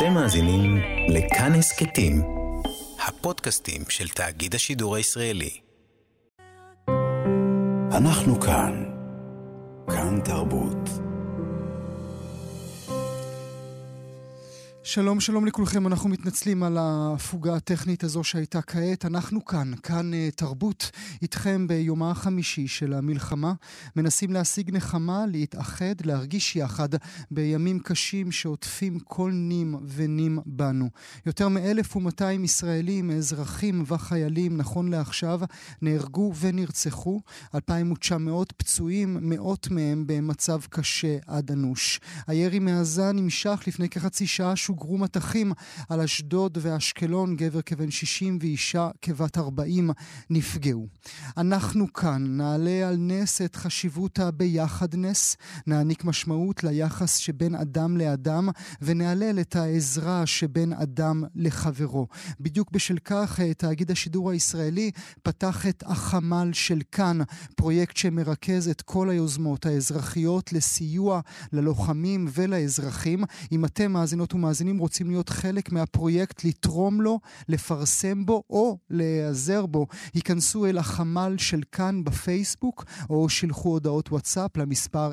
אתם מאזינים לכאן הסכתים, הפודקאסטים של תאגיד השידור הישראלי. אנחנו כאן תרבות. שלום, שלום לכולכם. אנחנו מתנצלים על ההפוגה הטכנית הזו שהייתה כעת. אנחנו כאן תרבות, איתכם ביומה החמישי של המלחמה. מנסים להשיג נחמה, להתאחד, להרגיש יחד בימים קשים שעוטפים כל נים ונים בנו. יותר מ-1,200 ישראלים, אזרחים וחיילים, נכון לעכשיו, נהרגו ונרצחו. 2,900 פצועים, מאות מהם במצב קשה עד אנוש. הירי מעזה נמשך לפני כחצי שעה, שוגרו מתחים על אשדוד ואשקלון, גבר כבן 60 ואישה כבת 40 נפגעו. אנחנו כאן נעלה על נס את חשיבות הביחדנס, נעניק משמעות ליחס שבין אדם לאדם, ונעלל את העזרה שבין אדם לחברו. בדיוק בשל כך תאגיד השידור הישראלי פתח את החמ"ל של כאן, פרויקט שמרכז את כל היוזמות האזרחיות לסיוע ללוחמים ולאזרחים. אם אתם מאזינות ומאזינים רוצים להיות חלק מהפרויקט, לתרום לו, לפרסם בו או להיעזר בו, היכנסו אל החמ"ל של כאן בפייסבוק או שלחו הודעות וואטסאפ למספר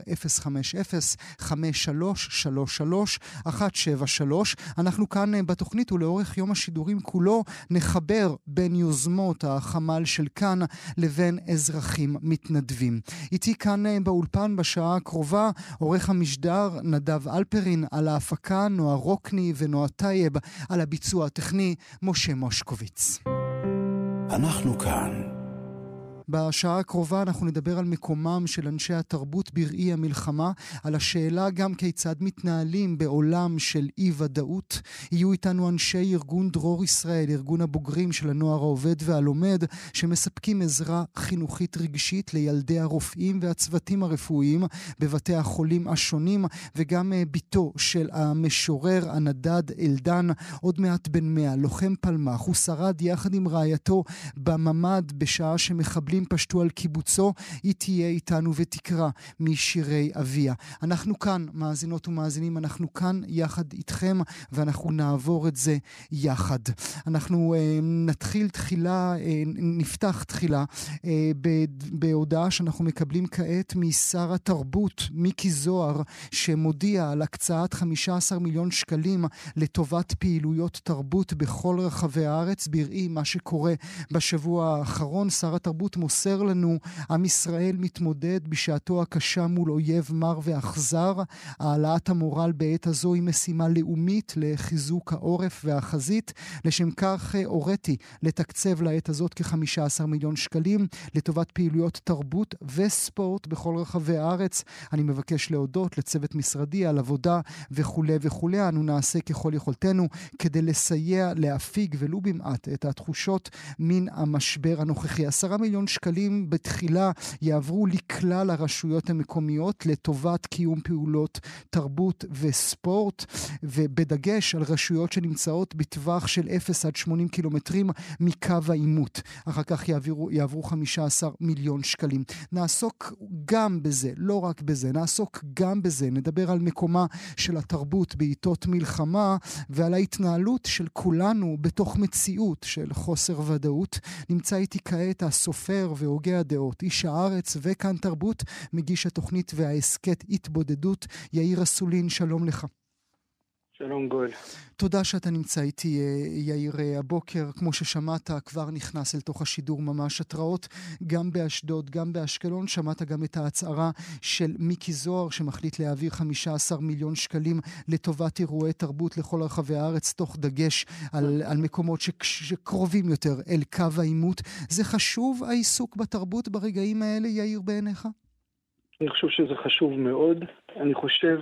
050-5333-173. אנחנו כאן בתוכנית ולאורך יום השידורים כולו נחבר בין יוזמות החמ"ל של כאן לבין אזרחים מתנדבים. איתי כאן באולפן בשעה הקרובה עורך המשדר נדב אלפרין, על ההפקה נועה רוקני ונועה טייב, על הביצוע הטכני משה מושקוביץ. אנחנו כאן. בשעה הקרובה אנחנו נדבר על מקומם של אנשי התרבות בראי המלחמה, על השאלה גם כיצד מתנהלים בעולם של אי-ודאות. יהיו איתנו אנשי ארגון דרור ישראל, ארגון הבוגרים של הנוער העובד והלומד, שמספקים עזרה חינוכית רגשית לילדי הרופאים והצוותים הרפואיים בבתי החולים השונים, וגם ביתו של המשורר הנדד אלדן, עוד מעט בן 100, לוחם פלמח, הוא שרד יחד עם רעייתו בממד בשעה שמחבלים פשטו על קיבוצו. היא תהיה איתנו ותקרא משירי אביה. אנחנו כאן, מאזינות ומאזינים, אנחנו כאן יחד איתכם, ואנחנו נעבור את זה יחד. אנחנו נפתח תחילה בהודעה שאנחנו מקבלים כעת משר התרבות מיקי זוהר, שמודיע על הקצאת 15 מיליון שקלים לטובת פעילויות תרבות בכל רחבי הארץ בראי מה שקורה בשבוע האחרון. שר התרבות מוסר לנו, עם ישראל מתמודד בשעתו הקשה מול אויב מר ואכזר. העלאת המורל בעת הזו היא משימה לאומית לחיזוק העורף והחזית. לשם כך הוריתי לתקצב לעת הזאת כ-15 מיליון שקלים לטובת פעילויות תרבות וספורט בכל רחבי הארץ. אני מבקש להודות לצוות משרדי על עבודה וכו' וכו'. אנו נעשה ככל יכולתנו כדי לסייע להפיג ולו במעט את התחושות מן המשבר הנוכחי. 10 מיליון שקלים בתחילה יעברו לכלל הרשויות המקומיות לטובת קיום פעולות תרבות וספורט, ובדגש על רשויות שנמצאות בטווח של 0 עד 80 קילומטרים מקו העימות. אחר כך יעברו 15 מיליון שקלים. נעסוק גם בזה, לא רק בזה, נעסוק גם בזה. נדבר על מקומה של התרבות בעיתות מלחמה ועל ההתנהלות של כולנו בתוך מציאות של חוסר ודאות. נמצא איתי כעת הסופר והוגה הדעות, איש הארץ וכאן תרבות, מגיש התוכנית והעסקת התבודדות, יאיר אסולין, שלום לך. שלום גואל. תודה שאתה נמצא איתי, יאיר. הבוקר, כמו ששמעת, כבר נכנס אל תוך השידור ממש התראות, גם באשדוד, גם באשקלון. שמעת גם את ההצהרה של מיקי זוהר, שמחליט להעביר 15 מיליון שקלים לטובת אירועי תרבות לכל רחבי הארץ, תוך דגש על מקומות שקרובים יותר אל קו העימות. זה חשוב העיסוק בתרבות ברגעים האלה, יאיר, בעיניך? אני חושב שזה חשוב מאוד. אני חושב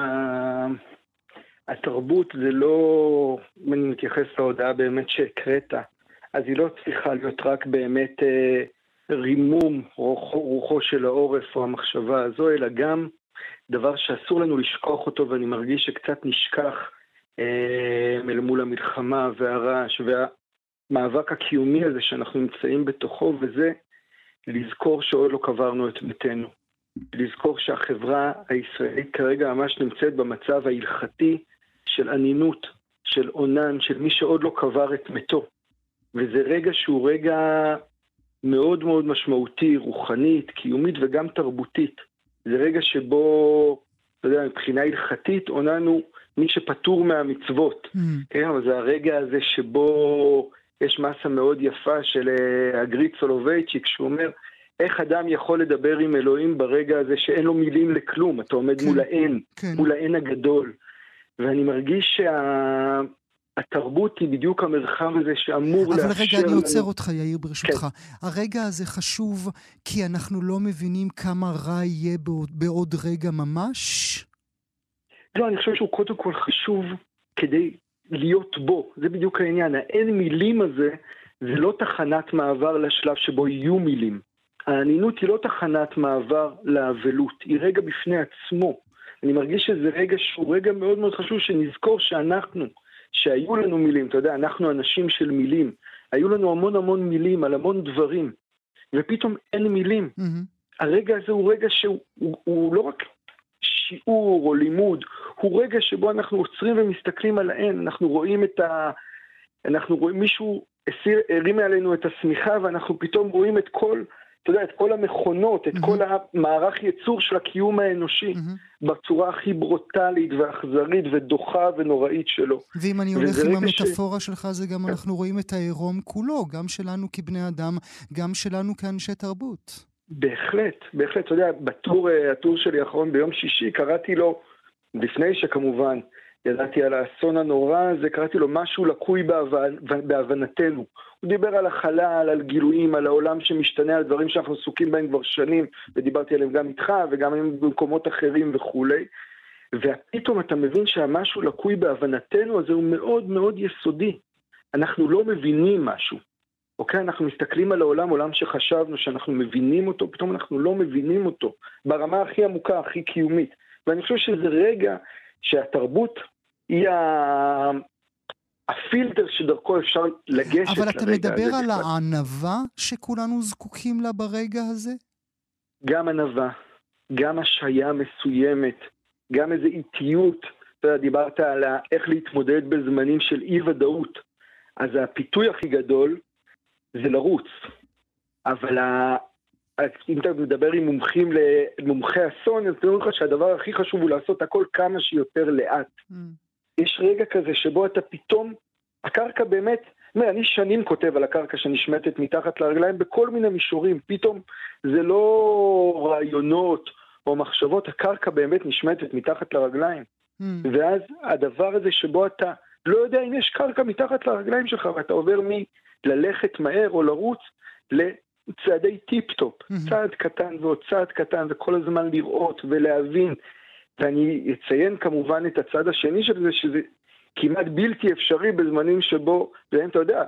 התרבות זה לא, אם אני מתייחס להודעה באמת שהקראת, אז היא לא צריכה להיות רק באמת רימום רוחו של העורף או המחשבה הזו, אלא גם דבר שאסור לנו לשכוח אותו, ואני מרגיש שקצת נשכח אל מול המלחמה והרעש והמאבק הקיומי הזה שאנחנו נמצאים בתוכו, וזה לזכור שעוד לא קברנו את ביתנו. לזכור שהחברה הישראלית כרגע ממש נמצאת במצב ההלכתי של ענינות, של עונן, של מי שעוד לא קבר את מתו. וזה רגע שהוא רגע מאוד מאוד משמעותי, רוחנית, קיומית וגם תרבותית. זה רגע שבו, אתה יודע, מבחינה הלכתית, עונן הוא מי שפטור מהמצוות. כן, אבל זה הרגע הזה שבו יש מסה מאוד יפה של הגריט סולובייצ'יק, שהוא אומר, איך אדם יכול לדבר עם אלוהים ברגע הזה שאין לו מילים לכלום? אתה עומד מול האין, מול האין הגדול. ואני מרגיש שהתרבות היא בדיוק המרחב הזה שאמור לאפשר... אבל רגע, אני עוצר אותך, יאיר, ברשותך. הרגע הזה חשוב כי אנחנו לא מבינים כמה רע יהיה בעוד רגע ממש? לא, אני חושב שהוא קודם כל חשוב כדי להיות בו. זה בדיוק העניין. האין מילים הזה, זה לא תחנת מעבר לשלב שבו יהיו מילים. הענינות היא לא תחנת מעבר לאבלות, היא רגע בפני עצמו. אני מרגיש שזה רגע שהוא רגע מאוד מאוד חשוב שנזכור שאנחנו, שהיו לנו מילים, אתה יודע, אנחנו אנשים של מילים, היו לנו המון המון מילים על המון דברים, ופתאום אין מילים. הרגע הזה הוא רגע שהוא לא רק שיעור או לימוד, הוא רגע שבו אנחנו עוצרים ומסתכלים על האין, אנחנו רואים מישהו הרים עלינו את השמיכה, ואנחנו פתאום רואים את כל... אתה יודע, את כל המכונות, את כל המערך ייצור של הקיום האנושי, בצורה הכי ברוטלית ואכזרית ודוחה ונוראית שלו. ואם אני הולך עם המטאפורה שלך, זה גם אנחנו רואים את העירום כולו, גם שלנו כבני אדם, גם שלנו כאנשי תרבות. בהחלט, בהחלט. אתה יודע, הטור שלי האחרון ביום שישי, קראתי לו, לפני שכמובן ידעתי על האסון הנורא הזה, קראתי לו משהו לקוי בהבנתנו. הוא דיבר על החלל, על גילויים, על העולם שמשתנה, על דברים שאנחנו עסוקים בהם כבר שנים, ודיברתי עליהם גם איתך וגם במקומות אחרים וכו'. ופתאום אתה מבין שהמשהו לקוי בהבנתנו, אז הוא מאוד מאוד יסודי. אנחנו לא מבינים משהו. אוקיי? אנחנו מסתכלים על העולם, עולם שחשבנו שאנחנו מבינים אותו, פתאום אנחנו לא מבינים אותו, ברמה הכי עמוקה, הכי קיומית. ואני חושב שזה רגע שהתרבות היא הפילטר שדרכו אפשר לגשת לרגע הזה. אבל אתה מדבר על הענווה שכולנו זקוקים לה ברגע הזה? גם ענווה, גם השהיה מסוימת, גם איזו איטיות. אתה יודע, דיברת על איך להתמודד בזמנים של אי-ודאות. אז הפיתוי הכי גדול זה לרוץ. אבל אם אתה מדבר עם מומחי אסון, אז תראו לך שהדבר הכי חשוב הוא לעשות הכל כמה שיותר לאט. יש רגע כזה שבו אתה פתאום, הקרקע באמת, אני שנים כותב על הקרקע שנשמטת מתחת לרגליים בכל מיני מישורים, פתאום זה לא רעיונות או מחשבות, הקרקע באמת נשמטת מתחת לרגליים. ואז הדבר הזה שבו אתה לא יודע אם יש קרקע מתחת לרגליים שלך, ואתה עובר מללכת מהר או לרוץ לצעדי טיפ-טופ, צעד קטן ועוד צעד קטן, וכל הזמן לראות ולהבין. ואני אציין כמובן את הצד השני של זה, שזה כמעט בלתי אפשרי בזמנים שבו, אתה יודע,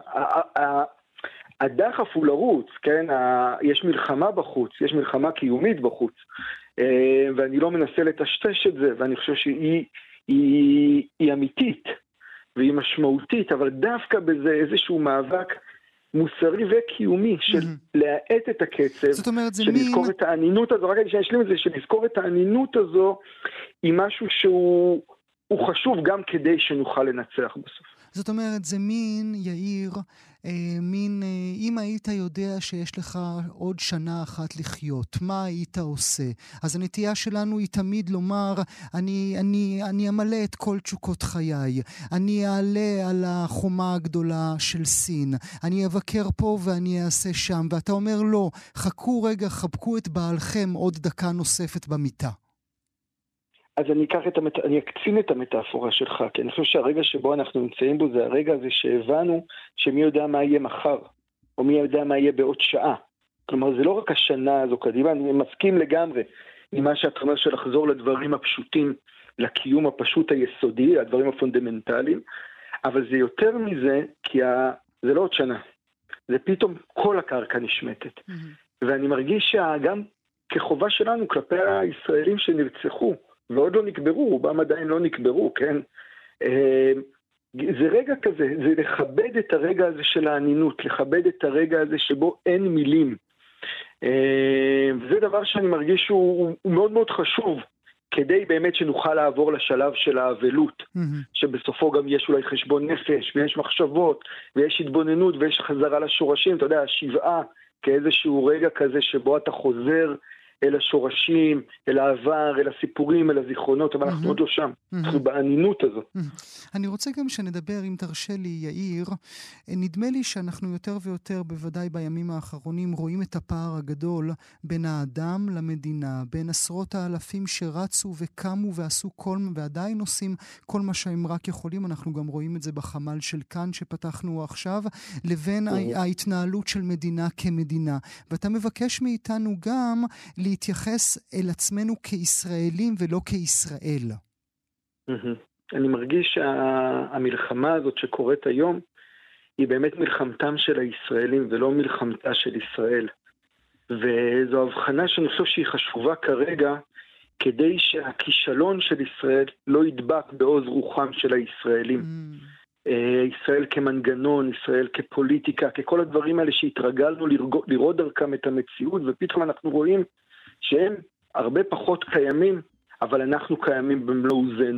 הדחף הוא לרוץ, כן? יש מלחמה בחוץ, יש מלחמה קיומית בחוץ, ואני לא מנסה לטשטש את זה, ואני חושב שהיא אמיתית, והיא משמעותית, אבל דווקא בזה איזשהו מאבק מוסרי וקיומי של להאט את הקצב, של לזכור את הענינות הזו, רק אני אשלים את זה, של לזכור את הענינות הזו, היא משהו שהוא חשוב גם כדי שנוכל לנצח בסוף. זאת אומרת, זה מין, יאיר, אם היית יודע שיש לך עוד שנה אחת לחיות, מה היית עושה? אז הנטייה שלנו היא תמיד לומר, אני אמלא את כל תשוקות חיי, אני אעלה על החומה הגדולה של סין, אני אבקר פה ואני אעשה שם, ואתה אומר לא, חכו רגע, חבקו את בעלכם עוד דקה נוספת במיטה. אז אני אקצין את המטאפורה שלך, כי אני חושב שהרגע שבו אנחנו נמצאים בו, זה הרגע הזה שהבנו שמי יודע מה יהיה מחר, או מי יודע מה יהיה בעוד שעה. כלומר, זה לא רק השנה הזו קדימה, אני מסכים לגמרי עם מה שאתה אומר של לחזור לדברים הפשוטים, לקיום הפשוט היסודי, הדברים הפונדמנטליים, אבל זה יותר מזה, כי זה לא עוד שנה. זה פתאום כל הקרקע נשמטת. ואני מרגיש שגם כחובה שלנו כלפי הישראלים שנרצחו, ועוד לא נקברו, רובם עדיין לא נקברו, כן? זה רגע כזה, זה לכבד את הרגע הזה של הענינות, לכבד את הרגע הזה שבו אין מילים. וזה דבר שאני מרגיש שהוא מאוד מאוד חשוב, כדי באמת שנוכל לעבור לשלב של האבלות, שבסופו גם יש אולי חשבון נפש, ויש מחשבות, ויש התבוננות, ויש חזרה לשורשים, אתה יודע, השבעה, כאיזשהו רגע כזה שבו אתה חוזר אל השורשים, אל העבר, אל הסיפורים, אל הזיכרונות, אבל אנחנו עוד לא שם, אנחנו בענינות הזו. אני רוצה גם שנדבר, אם תרשה לי, יאיר, נדמה לי שאנחנו יותר ויותר, בוודאי בימים האחרונים, רואים את הפער הגדול בין האדם למדינה, בין עשרות האלפים שרצו וקמו ועשו ועדיין עושים כל מה שהם רק יכולים, אנחנו גם רואים את זה בחמ"ל של כאן שפתחנו עכשיו, לבין ההתנהלות של מדינה כמדינה. ואתה מבקש מאיתנו גם להתייחס אל עצמנו כישראלים ולא כישראל. אני מרגיש שהמלחמה הזאת שקורית היום היא באמת מלחמתם של הישראלים ולא מלחמתה של ישראל. וזו הבחנה שאני חושב שהיא חשובה כרגע כדי שהכישלון של ישראל לא ידבק בעוז רוחם של הישראלים. ישראל כמנגנון, ישראל כפוליטיקה, ככל הדברים האלה שהתרגלנו לראות דרכם את המציאות, ופתאום אנחנו רואים שהם הרבה פחות קיימים, אבל אנחנו קיימים במלוא עוזנו.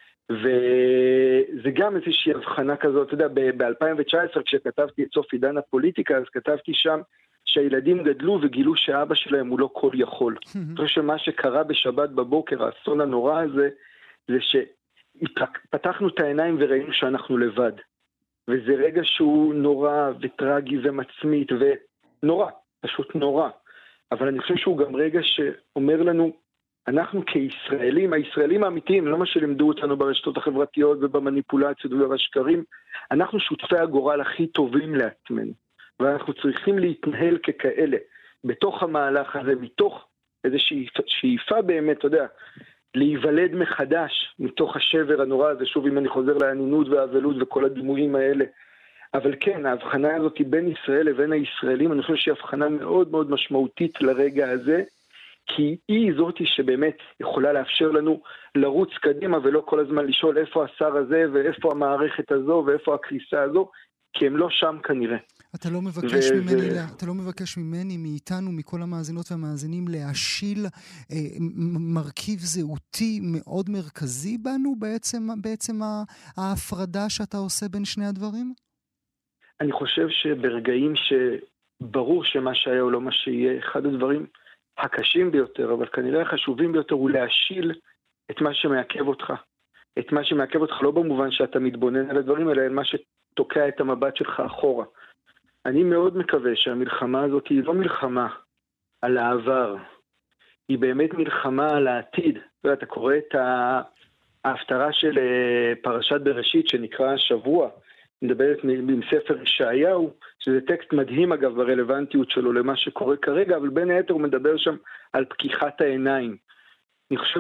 וזה גם איזושהי הבחנה כזאת, אתה יודע, ב-2019 כשכתבתי את סוף עידן הפוליטיקה, אז כתבתי שם שהילדים גדלו וגילו שאבא שלהם הוא לא כל יכול. אני חושב שמה שקרה בשבת בבוקר, האסון הנורא הזה, זה שפתחנו את העיניים וראינו שאנחנו לבד. וזה רגע שהוא נורא וטרגי ומצמית ונורא, פשוט נורא. אבל אני חושב שהוא גם רגע שאומר לנו, אנחנו כישראלים, הישראלים האמיתיים, לא מה שלימדו אותנו ברשתות החברתיות ובמניפולציות ובשקרים, אנחנו שותפי הגורל הכי טובים לעצמנו. ואנחנו צריכים להתנהל ככאלה, בתוך המהלך הזה, מתוך איזושהי שאיפה באמת, אתה יודע, להיוולד מחדש, מתוך השבר הנורא הזה, שוב אם אני חוזר לענינות והאבלות וכל הדימויים האלה. אבל כן, ההבחנה הזאת בין ישראל לבין הישראלים, אני חושב שהיא הבחנה מאוד מאוד משמעותית לרגע הזה, כי היא זאתי שבאמת יכולה לאפשר לנו לרוץ קדימה, ולא כל הזמן לשאול איפה השר הזה, ואיפה המערכת הזו, ואיפה הקריסה הזו, כי הם לא שם כנראה. אתה לא מבקש ממני, מאיתנו, מכל המאזינות והמאזינים, להשיל מרכיב זהותי מאוד מרכזי בנו, בעצם ההפרדה שאתה עושה בין שני הדברים? אני חושב שברגעים שברור שמה שהיה או לא מה שיהיה, אחד הדברים הקשים ביותר, אבל כנראה החשובים ביותר, הוא להשיל את מה שמעכב אותך. את מה שמעכב אותך לא במובן שאתה מתבונן על הדברים, אלא מה שתוקע את המבט שלך אחורה. אני מאוד מקווה שהמלחמה הזאת היא לא מלחמה על העבר, היא באמת מלחמה על העתיד. אתה קורא את ההפטרה של פרשת בראשית שנקרא השבוע, מדברת מספר ישעיהו, שזה טקסט מדהים אגב ברלוונטיות שלו למה שקורה כרגע, אבל בין היתר הוא מדבר שם על פקיחת העיניים. אני חושב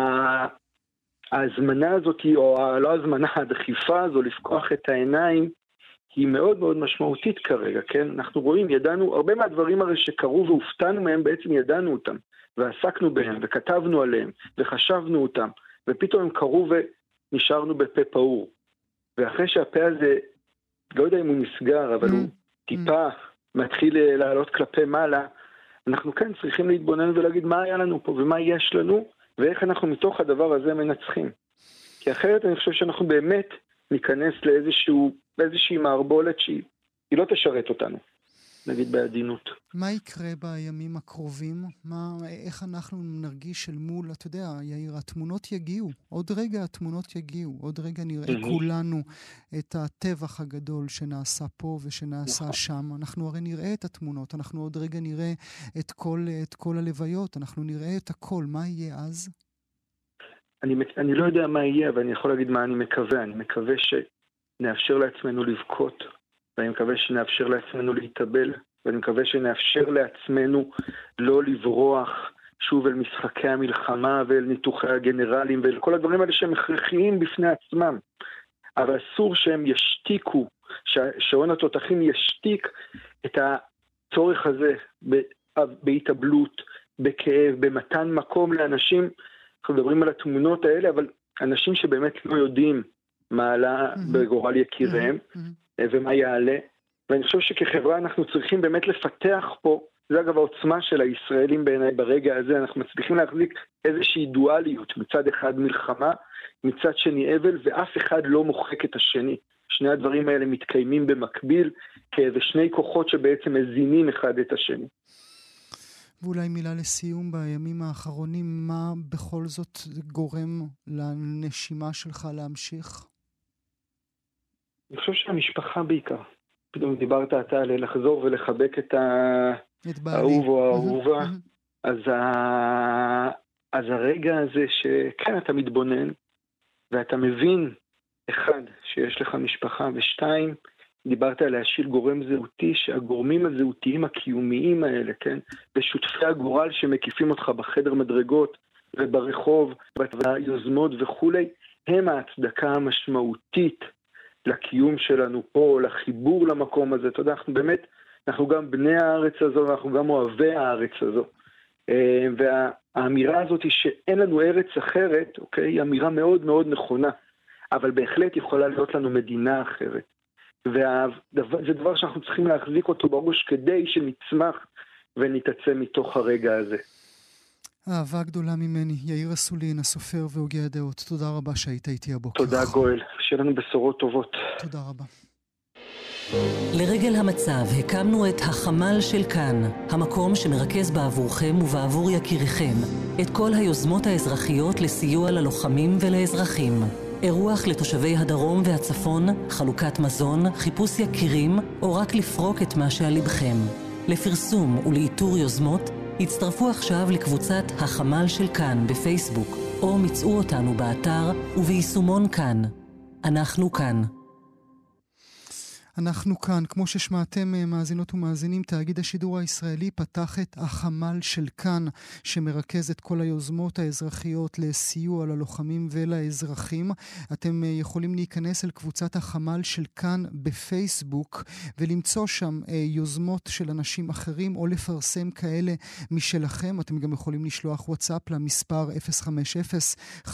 שההזמנה הזאת, או לא הזמנה, הדחיפה הזו לפקוח את העיניים, היא מאוד מאוד משמעותית כרגע, כן? אנחנו רואים, ידענו, הרבה מהדברים הרי שקרו והופתענו מהם, בעצם ידענו אותם, ועסקנו בהם, וכתבנו עליהם, וחשבנו אותם, ופתאום הם קרו ונשארנו בפה פעור. ואחרי שהפה הזה, לא יודע אם הוא נסגר, אבל הוא טיפה מתחיל לעלות כלפי מעלה, אנחנו כן צריכים להתבונן ולהגיד מה היה לנו פה, ומה יש לנו, ואיך אנחנו מתוך הדבר הזה מנצחים. כי אחרת אני חושב שאנחנו באמת ניכנס לאיזושהי מערבולת שהיא לא תשרת אותנו, נגיד בעדינות. מה יקרה בימים הקרובים? איך אנחנו נרגיש אל מול, אתה יודע, יאיר, התמונות יגיעו, עוד רגע התמונות יגיעו, עוד רגע נראה כולנו את הטבח הגדול שנעשה פה ושנעשה שם. אנחנו הרי נראה את התמונות, אנחנו עוד רגע נראה את כל הלוויות, אנחנו נראה את הכל. מה יהיה אז? אני לא יודע מה יהיה, אבל אני יכול להגיד מה אני מקווה. אני מקווה שנאפשר לעצמנו לבכות, ואני מקווה שנאפשר לעצמנו להתאבל, ואני מקווה שנאפשר לעצמנו לא לברוח שוב אל משחקי המלחמה ואל ניתוחי הגנרלים ואל כל הדברים האלה שהם הכרחיים בפני עצמם. אבל אסור שהם ישתיקו, שעון התותחים ישתיק את הצורך הזה בהתאבלות, בכאב, במתן מקום לאנשים. אנחנו מדברים על התמונות האלה, אבל אנשים שבאמת לא יודעים מה עלה בגורל יקיריהם ומה יעלה. ואני חושב שכחברה אנחנו צריכים באמת לפתח פה זה אגב העוצמה של הישראלים בעיניי ברגע הזה, אנחנו מצליחים להחזיק איזושהי דואליות, מצד אחד מלחמה, מצד שני אבל, ואף אחד לא מוחק את השני. שני הדברים האלה מתקיימים במקביל, ושני כוחות שבעצם מזינים אחד את השני. ואולי מילה לסיום, בימים האחרונים, מה בכל זאת גורם לנשימה שלך להמשיך? אני חושב שהמשפחה בעיקר. פתאום דיברת אתה על לחזור ולחבק את האהוב או האהובה. אז הרגע הזה שכן אתה מתבונן, ואתה מבין, אחד, שיש לך משפחה, ושתיים, דיברת על להשאיר גורם זהותי, שהגורמים הזהותיים הקיומיים האלה, כן? ושותפי הגורל שמקיפים אותך בחדר מדרגות וברחוב, והיוזמות וכולי, הם ההצדקה המשמעותית לקיום שלנו פה, לחיבור למקום הזה. אתה יודע, אנחנו באמת, אנחנו גם בני הארץ הזו, ואנחנו גם אוהבי הארץ הזו. והאמירה הזאת היא שאין לנו ארץ אחרת, אוקיי? היא אמירה מאוד מאוד נכונה, אבל בהחלט יכולה להיות לנו מדינה אחרת. וזה דבר שאנחנו צריכים להחזיק אותו בראש כדי שנצמח ונתעצם מתוך הרגע הזה. אהבה גדולה ממני, יאיר אסולין, הסופר והוגה הדעות. תודה רבה שהיית איתי הבוקר. תודה גואל, שיהיה לנו בשורות טובות. תודה רבה. לרגל המצב הקמנו את החמ"ל של כאן, המקום שמרכז בעבורכם ובעבור יקיריכם את כל היוזמות האזרחיות לסיוע ללוחמים ולאזרחים. אירוח לתושבי הדרום והצפון, חלוקת מזון, חיפוש יקירים או רק לפרוק את מה שעל לבכם. לפרסום ולאיתור יוזמות, הצטרפו עכשיו לקבוצת החמ"ל של כאן בפייסבוק, או מצאו אותנו באתר וביישומון כאן. אנחנו כאן. אנחנו כאן, כמו ששמעתם מאזינות ומאזינים, תאגיד השידור הישראלי פתח את החמ"ל של כאן, שמרכז את כל היוזמות האזרחיות לסיוע ללוחמים ולאזרחים. אתם יכולים להיכנס אל קבוצת החמ"ל של כאן בפייסבוק, ולמצוא שם יוזמות של אנשים אחרים, או לפרסם כאלה משלכם. אתם גם יכולים לשלוח וואטסאפ למספר 050-5333-173,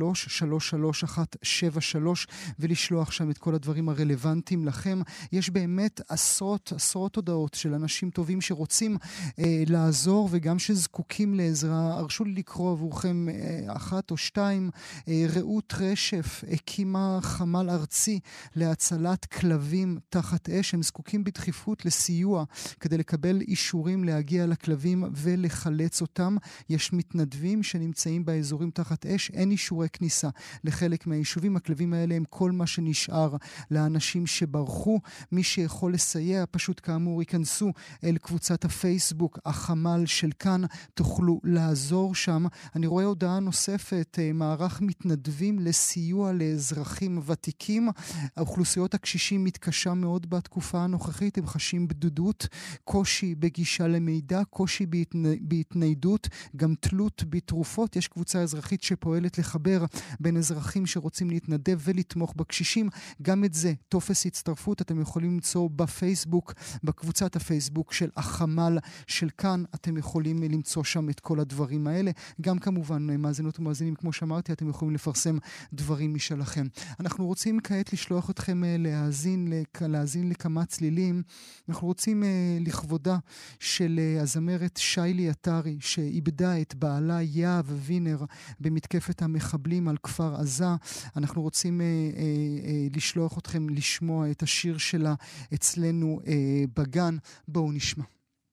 ולשלוח שם את כל הדברים הרלוונטיים לכם. יש באמת עשרות הודעות של אנשים טובים שרוצים לעזור וגם שזקוקים לעזרה. הרשו לי לקרוא עבורכם אחת או שתיים. רעות רשף הקימה חמ"ל ארצי להצלת כלבים תחת אש. הם זקוקים בדחיפות לסיוע כדי לקבל אישורים להגיע לכלבים ולחלץ אותם. יש מתנדבים שנמצאים באזורים תחת אש. אין אישורי כניסה לחלק מהיישובים. הכלבים האלה הם כל מה שנשאר לאנשים שברחו. מי שיכול לסייע, פשוט כאמור ייכנסו אל קבוצת הפייסבוק החמ"ל של כאן, תוכלו לעזור שם. אני רואה הודעה נוספת, מערך מתנדבים לסיוע לאזרחים ותיקים. האוכלוסיות הקשישים מתקשה מאוד בתקופה הנוכחית, הם חשים בדידות, קושי בגישה למידע, קושי בהתניידות, גם תלות בתרופות. יש קבוצה אזרחית שפועלת לחבר בין אזרחים שרוצים להתנדב ולתמוך בקשישים. גם את זה, טופס הצטרפות, אתם יכולים למצוא בפייסבוק, בקבוצת הפייסבוק של החמ"ל של כאן. אתם יכולים למצוא שם את כל הדברים האלה. גם כמובן, מאזינות ומאזינים, כמו שאמרתי, אתם יכולים לפרסם דברים משלכם. אנחנו רוצים כעת לשלוח אתכם להאזין לכמה צלילים. אנחנו רוצים לכבודה של הזמרת שיילי עטרי, שאיבדה את בעלה יהב וינר במתקפת המחבלים על כפר עזה. אנחנו רוצים לשלוח אתכם לשמוע את השיר שלה אצלנו בגן. בואו נשמע.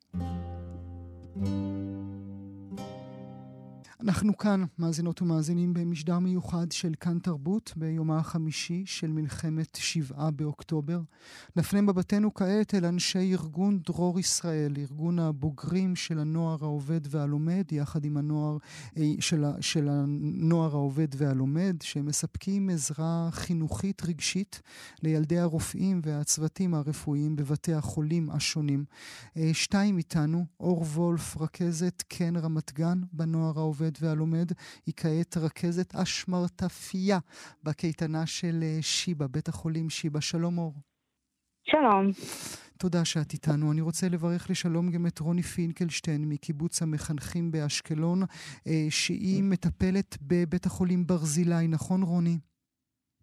אנחנו כאן, מאזינות ומאזינים, במשדר מיוחד של כאן תרבות, ביומה החמישי של מלחמת 7 באוקטובר. נפנה מבטנו כעת אל אנשי ארגון דרור ישראל, ארגון הבוגרים של הנוער העובד והלומד, יחד עם הנוער של הנוער העובד והלומד, שמספקים עזרה חינוכית רגשית לילדי הרופאים והצוותים הרפואיים בבתי החולים השונים. שתיים איתנו, אור וולף, רכזת כן רמת גן בנוער העובד והלומד, היא כעת רכזת השמרטפיה בקייטנה של שיבא, בית החולים שיבא. שלום אור. שלום. תודה שאת איתנו. אני רוצה לברך לשלום גם את רוני פינקלשטיין מקיבוץ המחנכים באשקלון, שהיא מטפלת בבית החולים ברזילי, נכון רוני?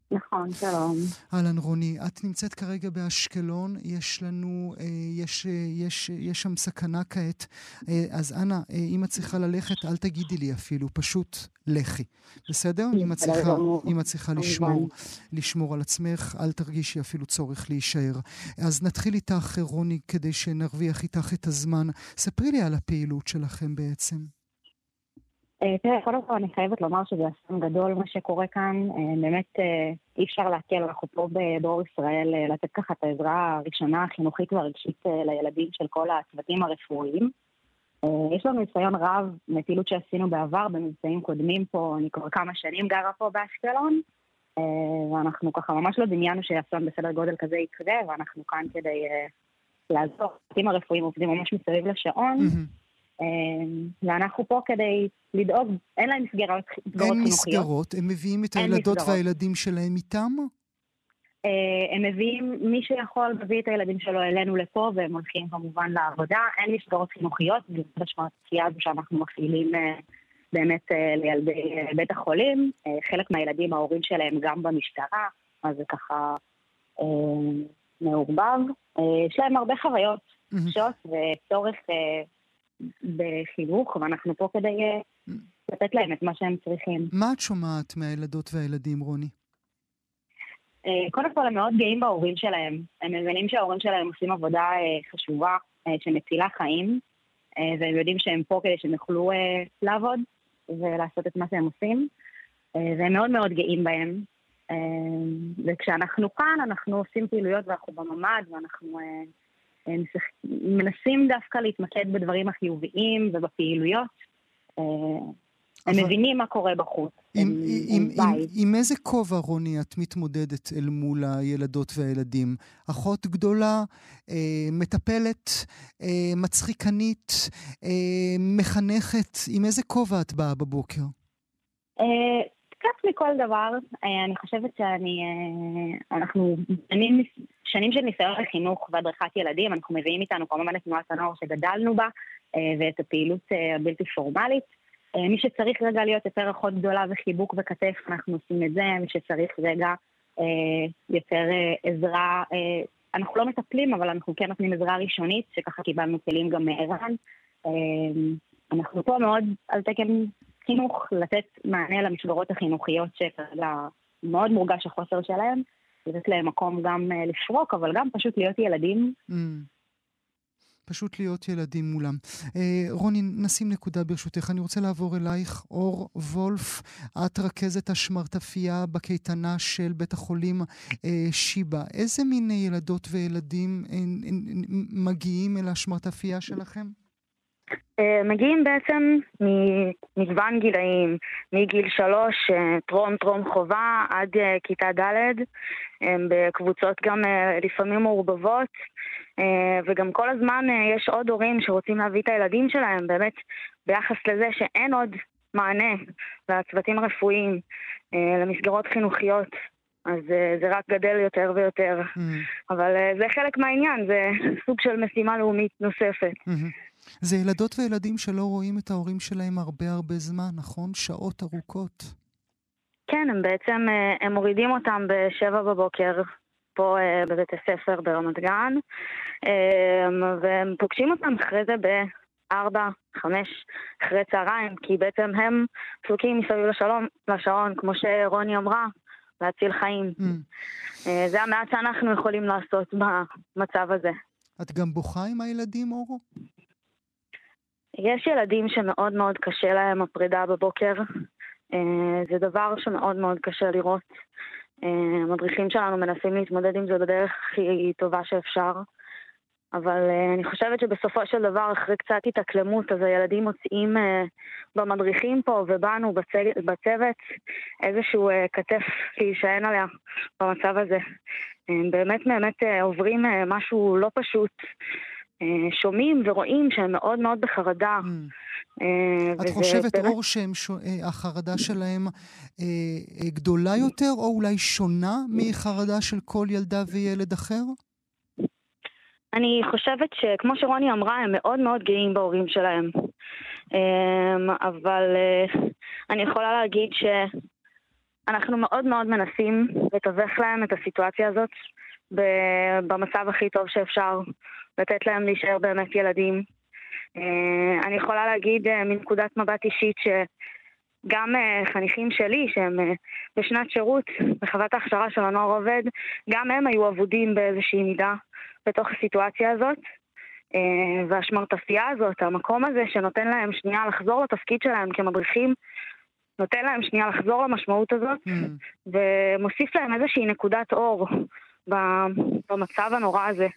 נכון, שלום. אהלן רוני, את נמצאת כרגע באשקלון, יש לנו, יש שם סכנה כעת, אז אנא, אם את צריכה ללכת, אל תגידי לי אפילו, פשוט לכי, בסדר? אם את צריכה לשמור על עצמך, אל תרגישי אפילו צורך להישאר. אז נתחיל איתך רוני, כדי שנרוויח איתך את הזמן. ספרי לי על הפעילות שלכם בעצם. תראה, קודם כל אני חייבת לומר שזה אסון גדול מה שקורה כאן, באמת אי אפשר להקל, אנחנו פה בדרור ישראל לתת ככה את העזרה הראשונה, החינוכית והרגשית לילדים של כל הצוותים הרפואיים. יש לנו ניסיון רב מפעילות שעשינו בעבר במבצעים קודמים פה, אני כבר כמה שנים גרה פה באשקלון, ואנחנו ככה ממש לא דמיינו שאסון בסדר גודל כזה יקרה, ואנחנו כאן כדי לעזור. הצוותים הרפואיים עובדים ממש מסביב לשעון, ואנחנו פה כדי לדאוג, אין להם מסגרות חינוכיות. אין מסגרות, הם מביאים את הילדות והילדים שלהם איתם? הם מביאים, מי שיכול מביא את הילדים שלו אלינו לפה, והם הולכים כמובן לעבודה. אין מסגרות חינוכיות, בשמרתייה הזו שאנחנו מפעילים באמת לילדי בית החולים. חלק מהילדים, ההורים שלהם גם במשטרה, אז זה ככה מעורבב. יש להם הרבה חוויות קשות וצורך בחינוך, ואנחנו פה כדי לתת להם את מה שהם צריכים. מה את שומעת מהילדות והילדים, רוני? קודם כל, הם מאוד גאים בהורים שלהם. הם מבינים שההורים שלהם עושים עבודה חשובה, שמצילה חיים, והם יודעים שהם פה כדי שהם יוכלו לעבוד ולעשות את מה שהם עושים, והם מאוד מאוד גאים בהם. וכשאנחנו כאן, אנחנו עושים פעילויות ואנחנו בממד, ואנחנו מנסים דווקא להתמקד בדברים החיוביים ובפעילויות. הם מבינים מה קורה בחוץ. עם איזה כובע, רוני, את מתמודדת אל מול הילדות והילדים? אחות גדולה, מטפלת, מצחיקנית, מחנכת, עם איזה כובע את באה בבוקר? קצת מכל דבר. אני חושבת אנחנו שנים של ניסיון לחינוך והדרכת ילדים, אנחנו מביאים איתנו כמובן את תנועת הנוער שגדלנו בה, ואת הפעילות הבלתי פורמלית. מי שצריך רגע להיות יותר אחות גדולה וחיבוק וכתף, אנחנו עושים את זה. מי שצריך רגע יותר עזרה, אנחנו לא מטפלים, אבל אנחנו כן נותנים עזרה ראשונית, שככה קיבלנו כלים גם מערן. אנחנו פה מאוד על תקן חינוך, לתת מענה למסגרות החינוכיות שכרגע מאוד מורגש החוסר שלהם, לתת להם מקום גם לפרוק, אבל גם פשוט להיות ילדים. פשוט להיות ילדים מולם. רוני, נשים נקודה ברשותך. אני רוצה לעבור אלייך. אור וולף, את רכזת השמרטפייה בקייטנה של בית החולים שיבא. איזה מין ילדות וילדים מגיעים אל השמרטפייה שלכם? מגיעים בעצם ממגוון גילאים, מגיל 3, טרום חובה, עד כיתה ד', בקבוצות גם לפעמים מעורבבות, וגם כל הזמן יש עוד הורים שרוצים להביא את הילדים שלהם, באמת ביחס לזה שאין עוד מענה לצוותים הרפואיים, למסגרות חינוכיות, אז זה רק גדל יותר ויותר. אבל זה חלק מהעניין, זה סוג של משימה לאומית נוספת. זה ילדות וילדים שלא רואים את ההורים שלהם הרבה זמן, נכון? שעות ארוכות. כן, הם בעצם, הם מורידים אותם ב7 בבוקר, פה בבית הספר ברמת גן, והם פוגשים אותם אחרי זה ב4, 5 אחרי צהריים, כי בעצם הם פסוקים מסביב לשעון, כמו שרוני אמרה, להציל חיים. זה המעט שאנחנו יכולים לעשות במצב הזה. את גם בוכה עם הילדים, אורו? יש ילדים שמאוד מאוד קשה להם הפרידה בבוקר. זה דבר שמאוד מאוד קשה לראות. המדריכים שלנו מנסים להתמודד עם זה בדרך הכי טובה שאפשר. אבל אני חושבת שבסופו של דבר, אחרי קצת התאקלמות, אז הילדים מוצאים במדריכים פה ובנו בצוות איזשהו כתף להישען עליה במצב הזה. באמת עוברים משהו לא פשוט. שומעים ורואים שהם מאוד מאוד בחרדה. את חושבת, אור, שהחרדה שלהם גדולה יותר, או אולי שונה מחרדה של כל ילדה וילד אחר? אני חושבת שכמו שרוני אמרה, הם מאוד מאוד גאים בהורים שלהם. אבל אני יכולה להגיד אנחנו מאוד מאוד מנסים לתווך להם את הסיטואציה הזאת במצב הכי טוב שאפשר, לתת להם להישאר באמת ילדים. אני יכולה להגיד מנקודת מבט אישית שגם חניכים שלי שהם בשנת שירות, בחוות ההכשרה של הנוער עובד, גם הם היו עבודים באיזושהי מידה בתוך הסיטואציה הזאת. והשמרטפייה הזאת, המקום הזה שנותן להם שנייה לחזור לתפקיד שלהם כמדריכים, נותן להם שנייה לחזור למשמעות הזאת, ומוסיף להם איזושהי נקודת אור במצב הנורא הזה.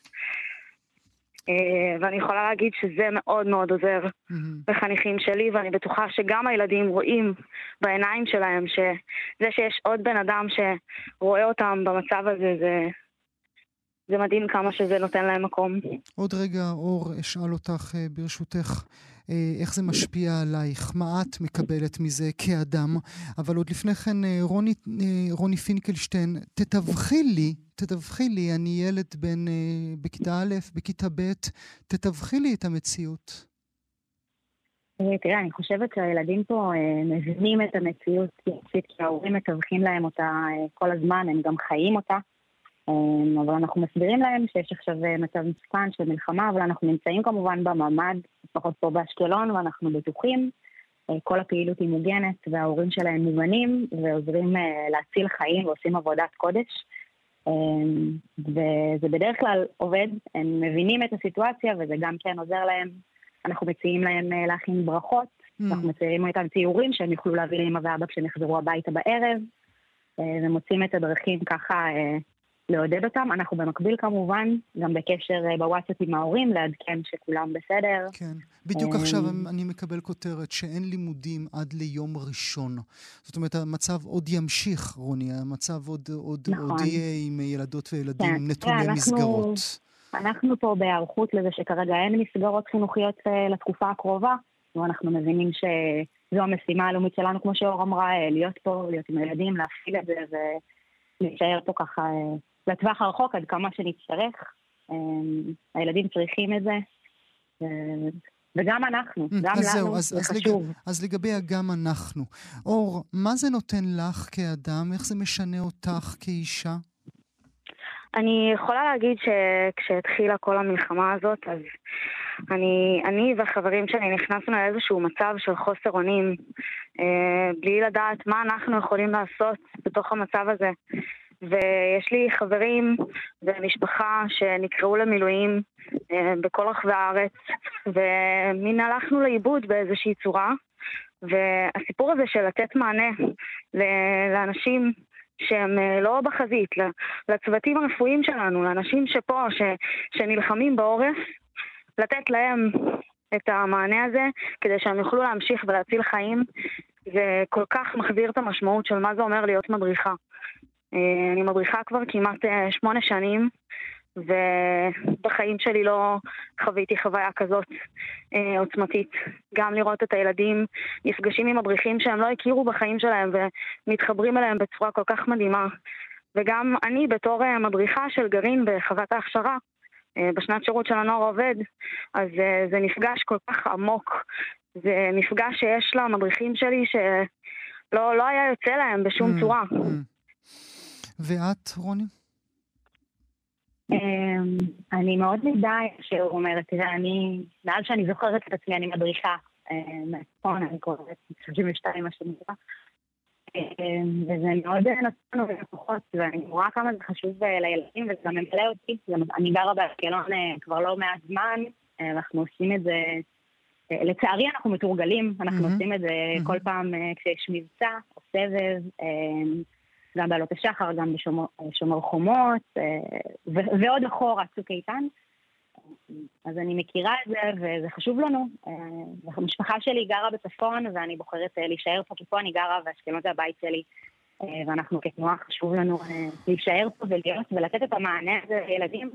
ואני יכולה להגיד שזה מאוד מאוד עוזר לחניכים שלי, ואני בטוחה שגם הילדים רואים בעיניים שלהם שזה שיש עוד בן אדם שרואה אותם במצב הזה, זה מדהים כמה שזה נותן להם מקום. עוד רגע, אור, אשאל אותך ברשותך, איך זה משפיע עלייך? מה את מקבלת מזה כאדם? אבל עוד לפני כן, רוני פינקלשטיין, תתווכי לי, אני ילד בכיתה א', בכיתה ב', תתווכי לי את המציאות. תראה, אני חושבת שהילדים פה מבינים את המציאות, כי ההורים מתווכים להם אותה כל הזמן, הם גם חיים אותה. אבל אנחנו מסבירים להם שיש עכשיו מצב מסוכן של מלחמה, אבל אנחנו נמצאים כמובן בממד, לפחות פה באשקלון, ואנחנו בטוחים. כל הפעילות היא מוגנת, וההורים שלהם מוגנים, ועוזרים להציל חיים ועושים עבודת קודש. וזה בדרך כלל עובד, הם מבינים את הסיטואציה, וזה גם כן עוזר להם. אנחנו מציעים להם להכין ברכות, אנחנו מציעים איתם ציורים שהם יוכלו להביא לאמא ואבא כשהם יחזרו הביתה בערב, ומוצאים את הדרכים ככה לעודד אותם. אנחנו במקביל כמובן, גם בקשר בוואטסאפ עם ההורים, לעדכן שכולם בסדר. כן, בדיוק עכשיו אני מקבל כותרת שאין לימודים עד ליום ראשון. זאת אומרת, המצב עוד ימשיך, רוני, המצב עוד יהיה עם ילדות וילדים נטולי מסגרות. אנחנו פה בהיערכות לזה שכרגע אין מסגרות חינוכיות לתקופה הקרובה, ואנחנו מבינים שזו המשימה הלאומית שלנו, כמו שאור אמרה, להיות פה, להיות עם הילדים, להפעיל את זה ולהישאר פה ככה לטווח הרחוק עד כמה שנצטרך. הילדים צריכים את זה, וגם אנחנו, גם לנו, זה חשוב. אז לגבי גם אנחנו. אור, מה זה נותן לך כאדם? איך זה משנה אותך כאישה? אני יכולה להגיד שכשהתחילה כל המלחמה הזאת, אז אני והחברים שלי נכנסנו לאיזשהו מצב של חוסר אונים, בלי לדעת מה אנחנו יכולים לעשות בתוך המצב הזה. ויש לי חברים ומשפחה שנקראו למילואים בכל רחבי הארץ, ומין הלכנו לאיבוד באיזושהי צורה, והסיפור הזה של לתת מענה לאנשים שהם לא בחזית, לצוותים הרפואיים שלנו, לאנשים שפה, שנלחמים בעורף, לתת להם את המענה הזה, כדי שהם יוכלו להמשיך ולהציל חיים, זה כל כך מחזיר את המשמעות של מה זה אומר להיות מדריכה. אני מדריכה כבר כמעט 8 שנים, ובחיים שלי לא חוויתי חוויה כזאת עוצמתית. גם לראות את הילדים נפגשים עם מדריכים שהם לא הכירו בחיים שלהם ומתחברים אליהם בצורה כל כך מדהימה. וגם אני בתור מדריכה של גרעין בחוות ההכשרה, בשנת שירות של הנוער עובד, אז זה מפגש כל כך עמוק. זה מפגש שיש למדריכים שלי שלא היה יוצא להם בשום צורה. ואת, רוני? אני מאוד מזדהה שהוא אומרת, תראה, מאז שאני זוכרת את עצמי, אני מדריכה מהצפון, אני קוראת 32 השנים, וזה מאוד נתנו ולפחות, ואני רואה כמה זה חשוב לילדים, וזה גם ממלא אותי. אני גרה באשקלון כבר לא מעט זמן, אנחנו עושים את זה, לצערי אנחנו מתורגלים, אנחנו עושים את זה כל פעם כשיש מבצע או סבב, גם בעלות השחר, גם בשומר חומות, ועוד אחורה צוק איתן. אז אני מכירה את זה, וזה חשוב לנו. המשפחה שלי גרה בצפון, ואני בוחרת להישאר פה, כי פה אני גרה, ואשקלון זה הבית שלי. ואנחנו כתנועה חשוב לנו להישאר פה ולהיות, ולתת את המענה הזה לילדים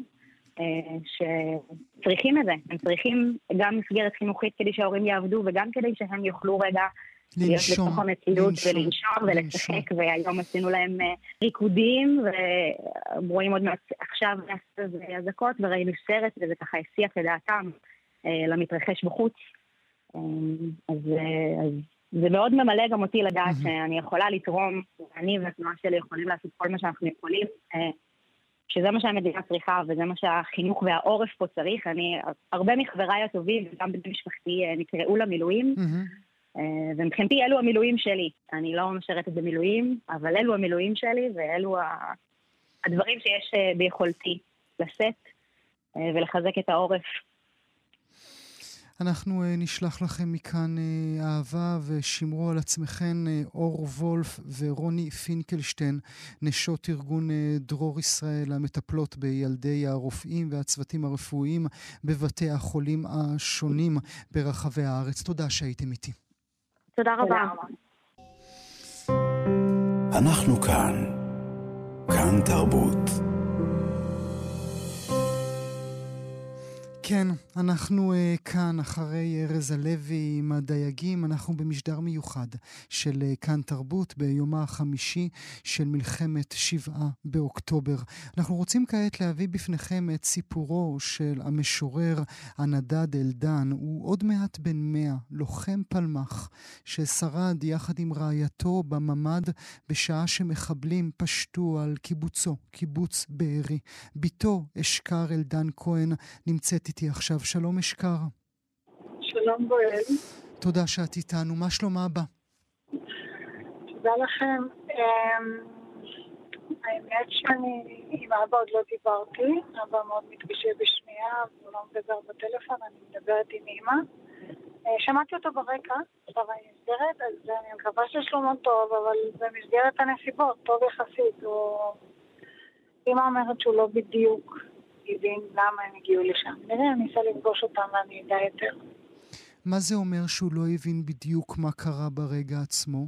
שצריכים את זה. הם צריכים גם מסגרת חינוכית כדי שההורים יעבדו, וגם כדי שהם יוכלו רגע להיות בתוך המציאות ולנשום ולשחק, והיום עשינו להם ריקודים, ורואים עוד עכשיו אזעקות, וראינו סרט, וזה ככה השיח לדעתם למתרחש בחוץ. אז זה מאוד ממלא גם אותי לדעת שאני יכולה לתרום, אני והתנועה שלי יכולים לעשות כל מה שאנחנו יכולים, שזה מה שהמדינה צריכה, וזה מה שהחינוך והעורף פה צריך. הרבה מחבריי הטובים, וגם בני משפחתי, נקראו למילואים, ומבחינתי אלו המילואים שלי. אני לא משרתת במילואים, אבל אלו המילואים שלי, ואלו הדברים שיש ביכולתי לשאת, ולחזק את העורף. אנחנו נשלח לכם מכאן אהבה ושמרו על עצמכם. אור וולף ורוני פינקלשטיין, נשות ארגון דרור ישראל, המטפלות בילדי הרופאים והצוותים הרפואיים בבתי החולים השונים ברחבי הארץ. תודה שהייתם איתי. תודה רבה. אנחנו כאן תרבות. כן, אנחנו כאן אחרי ארז הלוי עם הדייגים. אנחנו במשדר מיוחד של כאן תרבות ביומה החמישי של מלחמת 7 באוקטובר. אנחנו רוצים כעת להביא בפניכם את סיפורו של המשורר הנדד אלדן. הוא עוד מעט בן 100, לוחם פלמח ששרד יחד עם רעייתו בממד בשעה שמחבלים פשטו על קיבוצו, קיבוץ בארי. ביתו אשכר אלדן כהן נמצאת איתי עכשיו. שלום אשכר. שלום גואל. תודה שאת איתנו. מה שלום אבא? תודה לכם. האמת שאני עם אבא עוד לא דיברתי. אבא מאוד מתקשה בשמיעה, הוא לא מדבר בטלפון, אני מדברת עם אמא. שמעתי אותו ברקע, עכשיו אני מסגרת, אז אני מקווה ששלומו טוב, אבל במסגרת הנסיבות, טוב יחסית. אמא אומרת שהוא לא בדיוק הבין למה הם הגיעו לשם. נראה, אני אנסה לפגוש אותם ואני אדע יותר. מה זה אומר שהוא לא הבין בדיוק מה קרה ברגע עצמו?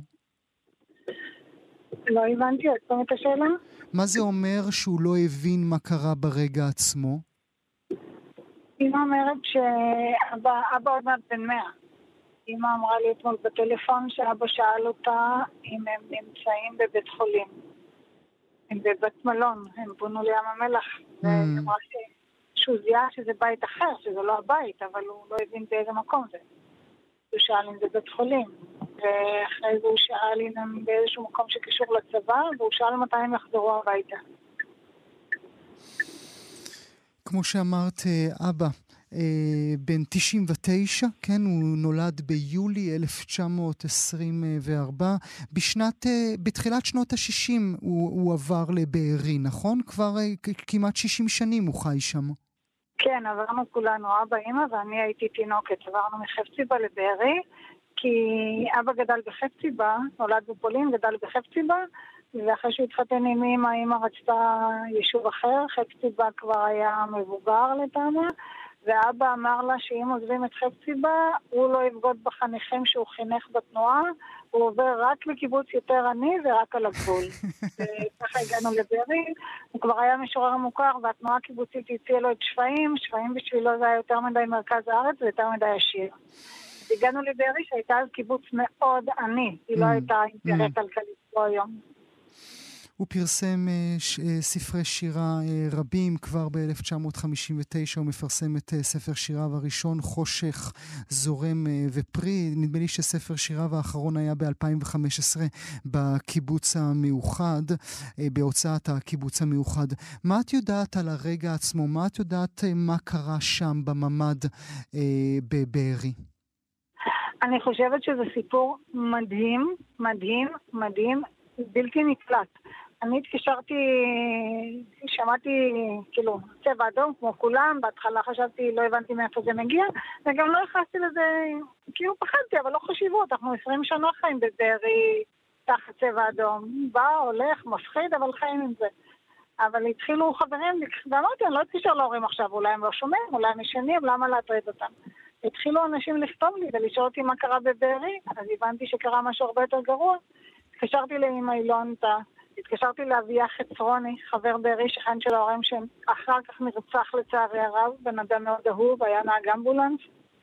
לא הבנתי, עוד פעם את השאלה? מה זה אומר שהוא לא הבין מה קרה ברגע עצמו? אמא אומרת שאבא עוד מעט בן 100. אמא אמרה לי אתמול בטלפון שאבא שאל אותה אם הם נמצאים בבית חולים. הם בבית מלון, הם פונו לים המלח. והיא אמרה שהוא זיהה שזה בית אחר, שזה לא הבית, אבל הוא לא הבין באיזה מקום זה. הוא שאל אם זה בית חולים. ואחרי זה הוא שאל אם הם באיזשהו מקום שקשור לצבא, והוא שאל מתי הם יחזרו הביתה. כמו שאמרת, אבא, בן 99, כן, הוא נולד ביולי 1924. בתחילת שנות ה-60 הוא עבר לבארי, נכון? כבר כמעט 60 שנים הוא חי שם. כן, עברנו כולנו, אבא, אמא, ואני הייתי תינוקת. עברנו מחפציבה לבארי, כי אבא גדל בחפציבה, נולד בפולין, גדל בחפציבה, ואחרי שהוא התחתן עם אמא, אמא רצתה יישוב אחר, חפציבה כבר היה מבוגר לטעמה, ואבא אמר לה שאם עוזבים את חפציבה, הוא לא יבגוד בחניכים שהוא חינך בתנועה, הוא עובר רק לקיבוץ יותר עני ורק על הגבול. וככה הגענו לבארי, הוא כבר היה משורר מוכר, והתנועה הקיבוצית הציעה לו את שפיים בשבילו זה היה יותר מדי מרכז הארץ ויותר מדי עשיר. הגענו לבארי שהייתה אז קיבוץ מאוד עני, היא לא הייתה אימפריה כלכלית פה היום. הוא פרסם ספרי שירה רבים. כבר ב-1959 הוא מפרסם את ספר שיריו הראשון, חושך, זורם ופרי. נדמה לי שספר שיריו האחרון היה ב-2015 בקיבוץ המאוחד, בהוצאת הקיבוץ המאוחד. מה את יודעת על הרגע עצמו? מה את יודעת מה קרה שם בממד בבארי? אני חושבת שזה סיפור מדהים, מדהים, מדהים, בלתי נפלט. אני התקשרתי, שמעתי כאילו צבע אדום כמו כולם, בהתחלה חשבתי, לא הבנתי מאיפה זה מגיע, וגם לא הכנסתי לזה, כאילו פחדתי, אבל לא חשיבות, אנחנו 20 שנה חיים בבארי תחת צבע אדום, בא, הולך, מפחיד, אבל חיים עם זה. אבל התחילו חברים, ואמרתי, אני לא אתקשר להורים עכשיו, אולי הם לא שומעים, אולי הם ישנים, למה להטריד אותם? התחילו אנשים לכתוב לי ולשאול אותי מה קרה בבארי, אז הבנתי שקרה משהו הרבה יותר גרוע. התקשרתי לאמא אילונתה, התקשרתי לאביה חצרוני, חבר בארי, שכן של ההורים שאחר כך נרצח לצערי הרב, בן אדם מאוד אהוב, היה נהג אמבולנס.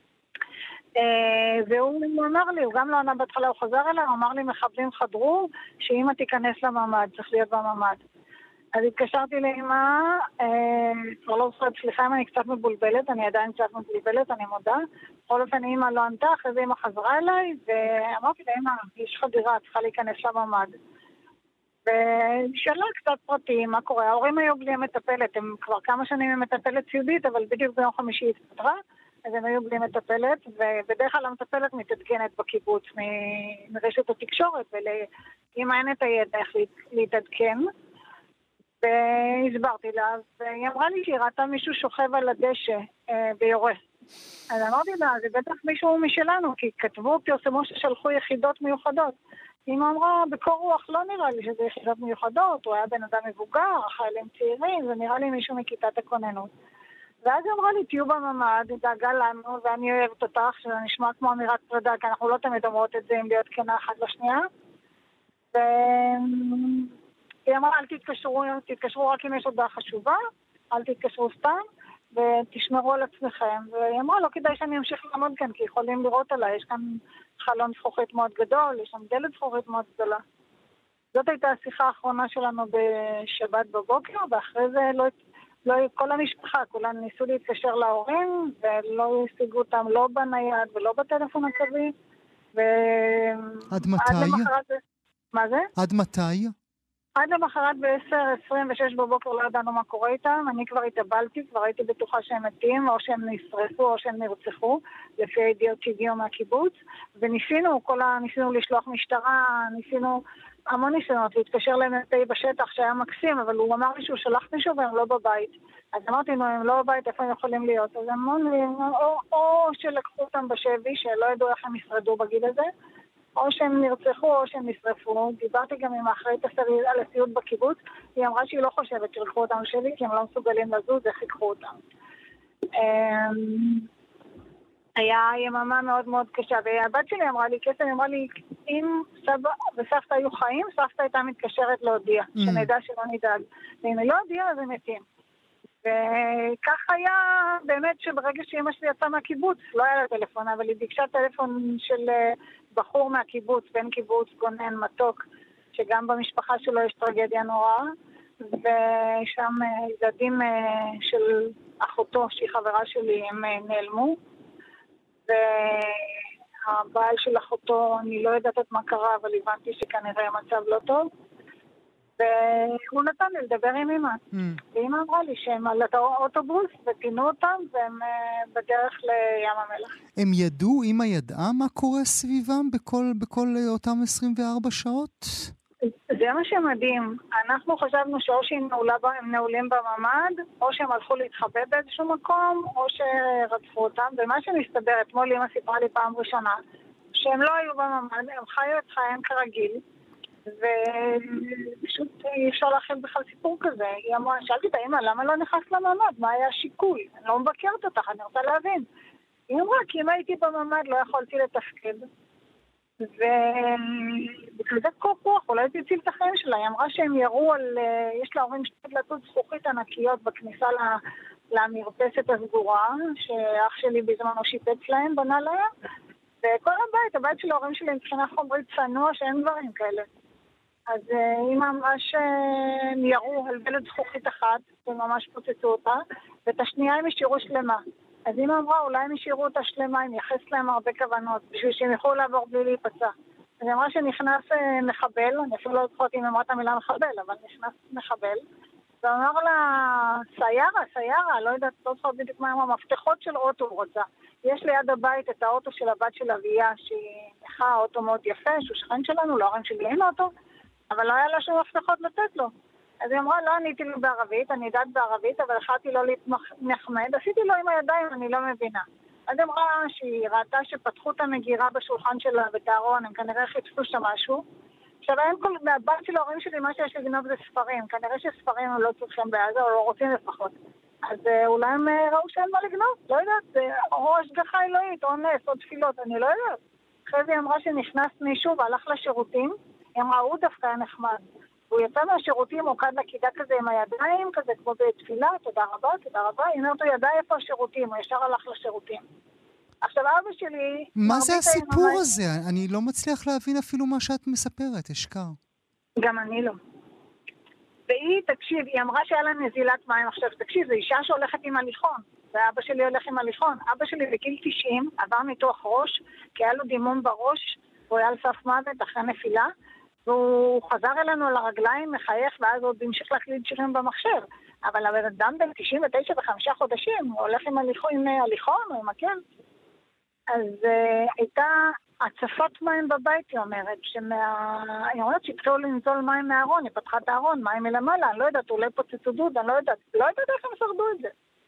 והוא אמר לי, הוא גם לא ענה בהתחלה, הוא חזר אליי, הוא אמר לי, מחבלים חדרו, שאמא תיכנס לממד, צריך להיות בממד. אז התקשרתי לאמא, כבר לא זוכרת, סליחה אם אני קצת מבולבלת, אני עדיין קצת מבולבלת, אני מודה. בכל אופן, אמא לא ענתה, אחרי זה אמא חזרה אליי, ואמרתי לאמא, יש חדירה, צריכה להיכנס לממ"ד. ושאלה קצת פרטים, מה קורה? ההורים היו בלי המטפלת, הם כבר כמה שנים עם מטפלת סיעודית, אבל בדיוק ביום חמישי התפטרה, אז הם היו בלי מטפלת, ובדרך כלל המטפלת מתעדכנת בקיבוץ מרשת התקשורת, ולאמא אין את הידע איך להתעדכן. והסברתי לה, והיא אמרה לי שהיא ראתה מישהו שוכב על הדשא ביורה. אז אמרתי לה, זה בטח מישהו משלנו, כי כתבו, פרסמו ששלחו יחידות מיוחדות. אמא אמרה, בקור רוח לא נראה לי שזה יחידות מיוחדות, הוא היה בן אדם מבוגר, חיילים צעירים, זה נראה לי מישהו מכיתת הכוננות. ואז היא אמרה לי, תהיו בממ"ד, היא דאגה לנו, ואני אוהבת אותך, שזה נשמע כמו אמירת פרידה, כי אנחנו לא תמיד אומרות את זה עם להיות כנה אחת לשנייה. היא אמרה, אל תתקשרו רק אם יש הודעה חשובה, אל תתקשרו סתם, ותשמרו על עצמכם. והיא אמרה, לא כדאי שאני אמשיך לעמוד כאן, כי יכולים לראות עליי, יש כאן חלון זכוכית מאוד גדול, יש שם דלת זכוכית מאוד גדולה. זאת הייתה השיחה האחרונה שלנו בשבת בבוקר, ואחרי זה כל המשפחה, כולם ניסו להתקשר להורים, ולא השיגו אותם לא בנייד ולא בטלפון הקווי. עד מתי? מה זה? עד מתי? עד למחרת ב-10:26 בבוקר לא ידענו מה קורה איתם, אני כבר התאבלתי, כבר הייתי בטוחה שהם מתים, או שהם נשרפו או שהם נרצחו, לפי הידיעות שהגיעו מהקיבוץ, וניסינו לשלוח משטרה, ניסינו המון ניסיונות, להתקשר למ"פ בשטח שהיה מקסים, אבל הוא אמר לי שהוא שלח מישהו והם לא בבית. אז אמרתי לו, הם לא בבית, איפה הם יכולים להיות? אז אמרו לי, או שלקחו אותם בשבי, שלא ידעו איך הם ישרדו בגיל הזה, או שהם נרצחו או שהם נשרפו. דיברתי גם עם האחראית על הסיעוד בקיבוץ, היא אמרה שהיא לא חושבת שילכו אותם שלי, כי הם לא מסוגלים לזוז, איך יקחו אותם. היה יממה מאוד מאוד קשה, והבת שלי אמרה לי, קסם אמרה לי, אם סבא וסבתא היו חיים, סבתא הייתה מתקשרת להודיע, שנדע שלא נדאג. ואם היא לא הודיעה, אז הם מתים. וכך היה באמת שברגע שאמא שלי יצאה מהקיבוץ, לא היה לה טלפון, אבל היא ביקשה טלפון של בחור מהקיבוץ, בן קיבוץ, גונן, מתוק, שגם במשפחה שלו יש טרגדיה נוראה, ושם ילדים של אחותו, שהיא חברה שלי, הם נעלמו, והבעל של אחותו, אני לא יודעת את מה קרה, אבל הבנתי שכנראה המצב לא טוב, והוא נתן לי לדבר עם אמא. ואמא אמרה לי שהם על האוטובוס ופינו אותם, והם בדרך לים המלח. הם ידעו, אמא ידעה מה קורה סביבם בכל אותם 24 שעות? זה מה שמדהים. אנחנו חשבנו שאו שהם נעולים בממ"ד, או שהם הלכו להתחבא באיזשהו מקום, או שרדפו אותם. ומה שמסתבר, אתמול אמא סיפרה לי פעם ראשונה, שהם לא היו בממ"ד, הם חיו את חייהם כרגיל, ופשוט אי אפשר להכיל בכלל סיפור כזה. היא אמרה, שאלתי את האמא, למה לא נכנס לממ"ד? מה היה השיקול? אני לא מבקרת אותך, אני רוצה להבין. היא אמרה, כי אם הייתי בממ"ד לא יכולתי לתפקד. ובכזה כוח, אולי תציל את החיים שלה. היא אמרה שהם יראו על, יש להורים שתי דלתות זכוכית ענקיות בכניסה למרפסת הסגורה, שאח שלי בזמנו שיפץ להם, בנה להם, וכל הבית של ההורים שלי מבחינה חומרית צנוע שאין דברים כאלה. אז אמא אמרה שהם יראו על דלת זכוכית אחת, וממש פוצצו אותה, ואת השנייה הם השאירו שלמה. אז אמא אמרה, אולי הם השאירו אותה שלמה, הם יחס להם הרבה כוונות, בשביל שהם יוכלו לעבור בלי להיפצע. אז אמרה שנכנס מחבל, אני אפילו לא זוכרת אם אמרה את המילה מחבל, אבל נכנס מחבל, ואמר לה, סיירה, לא יודעת, לא זוכרת בדיוק מה, המפתחות של אוטו הוא רוצה. יש ליד הבית את האוטו של הבת של אביה, שהיא נכה אוטו מאוד יפה, שהוא שכן שלנו, לא הרים שלי אין אוטו, אבל לא היה לה שום מפתחות לתת לו. אז היא אמרה, לא עניתי לו בערבית, אני יודעת בערבית, אבל החלטתי לא להתנחמד, עשיתי לו עם הידיים, אני לא מבינה. אז היא אמרה שהיא ראתה שפתחו את המגירה בשולחן שלה בתארון, הם כנראה חיפשו שם משהו. עכשיו, מהבת של ההורים שלי, מה שיש לגנוב זה ספרים. כנראה שספרים הם לא צריכים בעזה, או לא רוצים לפחות. אז אולי הם ראו שאין מה לגנוב, לא יודעת, או השגחה אלוהית, או נס, או תפילות, אני לא יודעת. אחרי זה היא אמרה שנכנס מישהו והלך לשירותים, היא אמרה, הוא דווקא היה נחמד. הוא יצא מהשירותים, הוא קד לקידה כזה עם הידיים, כזה כמו בתפילה, תודה רבה. היא אומרת, הוא ידע איפה השירותים, הוא ישר הלך לשירותים. עכשיו, אבא שלי... מה זה הסיפור הזה? אני לא מצליח להבין אפילו מה שאת מספרת, אשכר. גם אני לא. והיא, תקשיב, היא אמרה שהיה לה נזילת מים עכשיו, תקשיב, זו אישה שהולכת עם הליכון, ואבא שלי הולך עם הליכון. אבא שלי בגיל 90 עבר ניתוח ראש, כי היה לו דימום בראש, הוא היה על סף מוות אחרי נפילה, והוא חזר אלינו על הרגליים, מחייך, ואז עוד המשיך להקליד שירים במחשב. אבל הבן אדם בין 99 ו5 חודשים, הוא הולך עם הליכון או עם מקל. אז הייתה הצפת מים בבית, היא אומרת, היא אומרת שהתחילו לנזול מים מהארון, היא פתחה את הארון, מים מלמעלה, אני לא יודעת, אולי פוצצו דוד, אני לא יודעת איך הם שרדו את זה.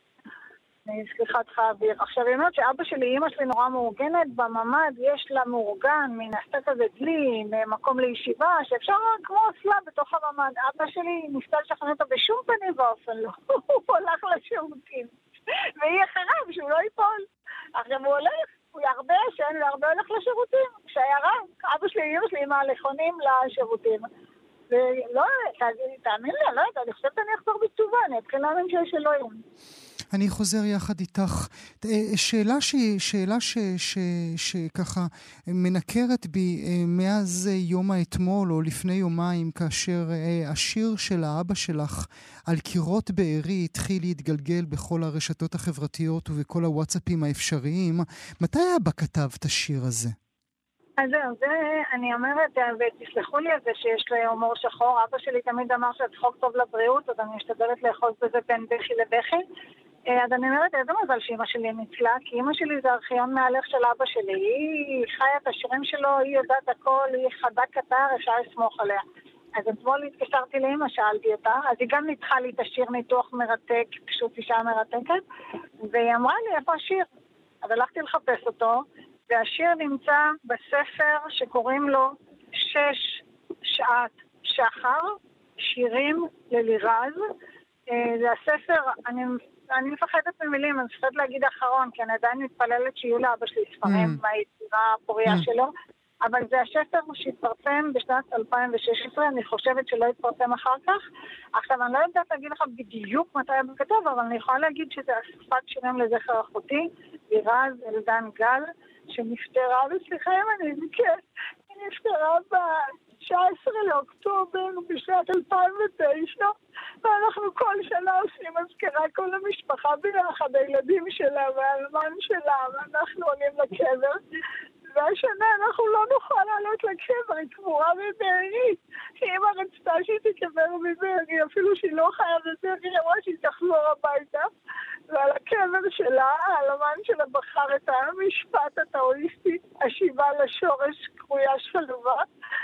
סליחה, צריכה אוויר. עכשיו, היא אומרת שאבא שלי, אמא שלי נורא מאורגנת, בממד יש לה מאורגן, מן הסתה כזה דלי, מקום לישיבה, שאפשר כמו אסלה בתוך הממד. אבא שלי ניסתה לשכנע אותה בשום פנים ואופן, לא. הוא הולך לשירותים. והיא אחריו, שהוא לא ייפול. עכשיו הוא הולך, הוא הרבה ישן, והרבה הולך לשירותים. כשהיה רב, אבא שלי, אמא שלי, עם הלכונים לשירותים. ולא, תאמין לי, אני לא יודעת, אני חושבת אני אחזור בתשובה, אני אתחיל להאמין שיש אלוהים. אני חוזר יחד איתך. שאלה שככה מנקרת בי מאז יום האתמול או לפני יומיים, כאשר השיר של האבא שלך על קירות בארי התחיל להתגלגל בכל הרשתות החברתיות ובכל הוואטסאפים האפשריים. מתי אבא כתב את השיר הזה? אז זהו, זה אני אומרת, ותסלחו לי על זה שיש לי הומור שחור. אבא שלי תמיד אמר שהצחוק טוב לבריאות, אז אני משתדלת לאחוז בזה בין בכי לבכי. אז אני אומרת, איזה מזל שאמא שלי ניצלה, כי אמא שלי זה ארכיון מהלך של אבא שלי. היא חיה את השירים שלו, היא יודעת הכל, היא חדה קטר, אפשר לסמוך עליה. אז אתמול התקשרתי לאמא, שאלתי אותה, אז היא גם ניתחה לי את השיר ניתוח מרתק, פשוט אישה מרתקת, והיא אמרה לי, איפה השיר? אז הלכתי לחפש אותו, והשיר נמצא בספר שקוראים לו 6 שעת שחר, שירים ללירז. זה הספר, אני מפחדת במילים, אני מפחדת להגיד האחרון, כי אני עדיין מתפללת שיהיו לאבא שלי ספרים מהיצירה הפוריה שלו, אבל זה השפר שהתפרסם בשנת 2016, אני חושבת שלא התפרסם אחר כך. עכשיו, אני לא יודעת להגיד לך בדיוק מתי הוא כתב, אבל אני יכולה להגיד שזה אספת שירים לזכר אחותי, לירז אלדן גל, שנפטרה, וסליחה אם אני אזכר, היא נפטרה ב-19 לאוקטובר בשנת 2009, ואנחנו כל שנה עושים מזכרה כל המשפחה ביחד, הילדים שלה והאלמן שלה, ואנחנו עולים לקבר, והשנה אנחנו לא נוכל לעלות לקבר, היא קבורה בבארי. אמא רצתה שהיא תקבר בבארי, אפילו שהיא לא חיה בבארי, היא אמרה שהיא תחזור הביתה. ועל הקבר שלה, האלמן שלה בחר את המשפט הטאואיסטי, השיבה לשורש קרויה שלווה.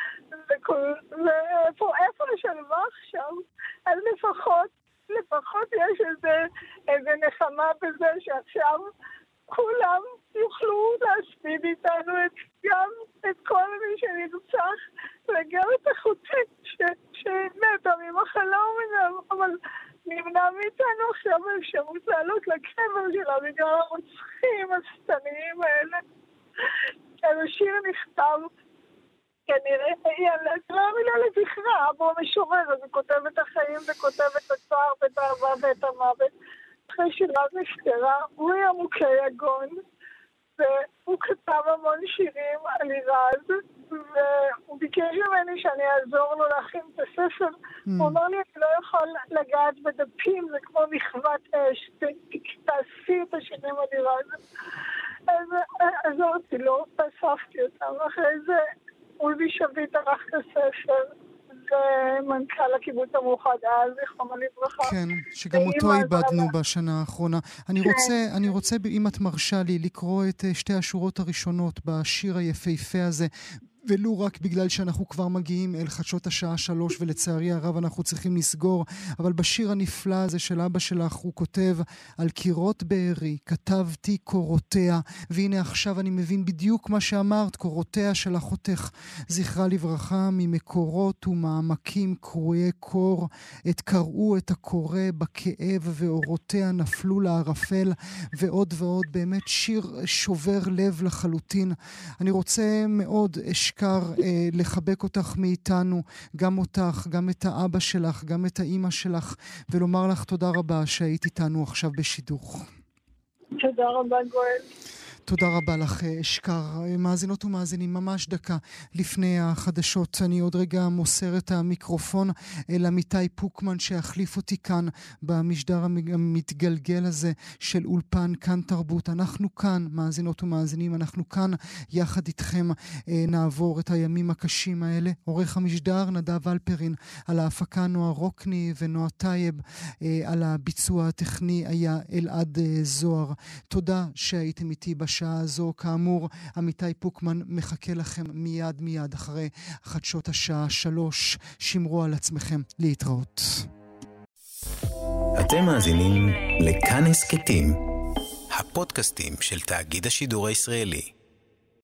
ואיפה השלווה עכשיו? אז לפחות יש איזה נחמה בזה שעכשיו כולם יוכלו להספיד איתנו גם את כל מי שנרצח וגם את אחותי שמתה ממחלה ומדם, אבל נמנע מאיתנו עכשיו האפשרות לעלות לקבר שלה בגלל הרוצחים השטניים האלה. השיר נכתב כנראה, לא מילה לזכרה, אבו המשורר, אז הוא כותב את החיים וכותב את הצער ואת האהבה ואת המוות. אחרי שירה נפטרה, הוא היה מוכה יגון, והוא כתב המון שירים על לירז, והוא ביקש ממני שאני אעזור לו להכין את הספר. הוא אמר לי, אני לא יכול לגעת בדפים, זה כמו מחוות אש, תעשי את השירים על לירז. אז עזרתי לו, אספתי אותם, אחרי זה אולי שביט ערך את הספר, ומנכ"ל הקיבוץ המאוחד אז, זכרונו לברכה. כן, שגם אותו איבדנו בשנה האחרונה. אני רוצה, אם את מרשה לי, לקרוא את שתי השורות הראשונות בשיר היפהפה הזה, ולו רק בגלל שאנחנו כבר מגיעים אל חדשות השעה 3, ולצערי הרב אנחנו צריכים לסגור, אבל בשיר הנפלא הזה של אבא שלך הוא כותב על קירות בארי, כתבתי קורותיה, והנה עכשיו אני מבין בדיוק מה שאמרת, קורותיה של אחותך, זכרה לברכה, ממקורות ומעמקים קרועי קור, את קראו את הקורא בכאב ואורותיה נפלו לערפל, ועוד ועוד, באמת שיר שובר לב לחלוטין. אני רוצה מאוד לחבק אותך מאיתנו, גם אותך, גם את האבא שלך, גם את האמא שלך, ולומר לך תודה רבה שהיית איתנו עכשיו בשידוך. תודה רבה גואל. תודה רבה לך, אשכר. מאזינות ומאזינים, ממש דקה לפני החדשות. אני עוד רגע מוסר את המיקרופון למיטאי פוקמן שהחליף אותי כאן במשדר המתגלגל הזה של אולפן כאן תרבות. אנחנו כאן, מאזינות ומאזינים, אנחנו כאן יחד איתכם. נעבור את הימים הקשים האלה. עורך המשדר נדב אלפרין, על ההפקה נועה רוקני ונועה טייב, על הביצוע הטכני היה אלעד זוהר. תודה שהייתם איתי בשעה הזו. כאמור, אמיתי פוקמן מחכה לכם מיד אחרי חדשות השעה 3. שמרו על עצמכם. להתראות. אתם מאזינים לכאן הסכתים, הפודקאסטים של תאגיד השידור הישראלי.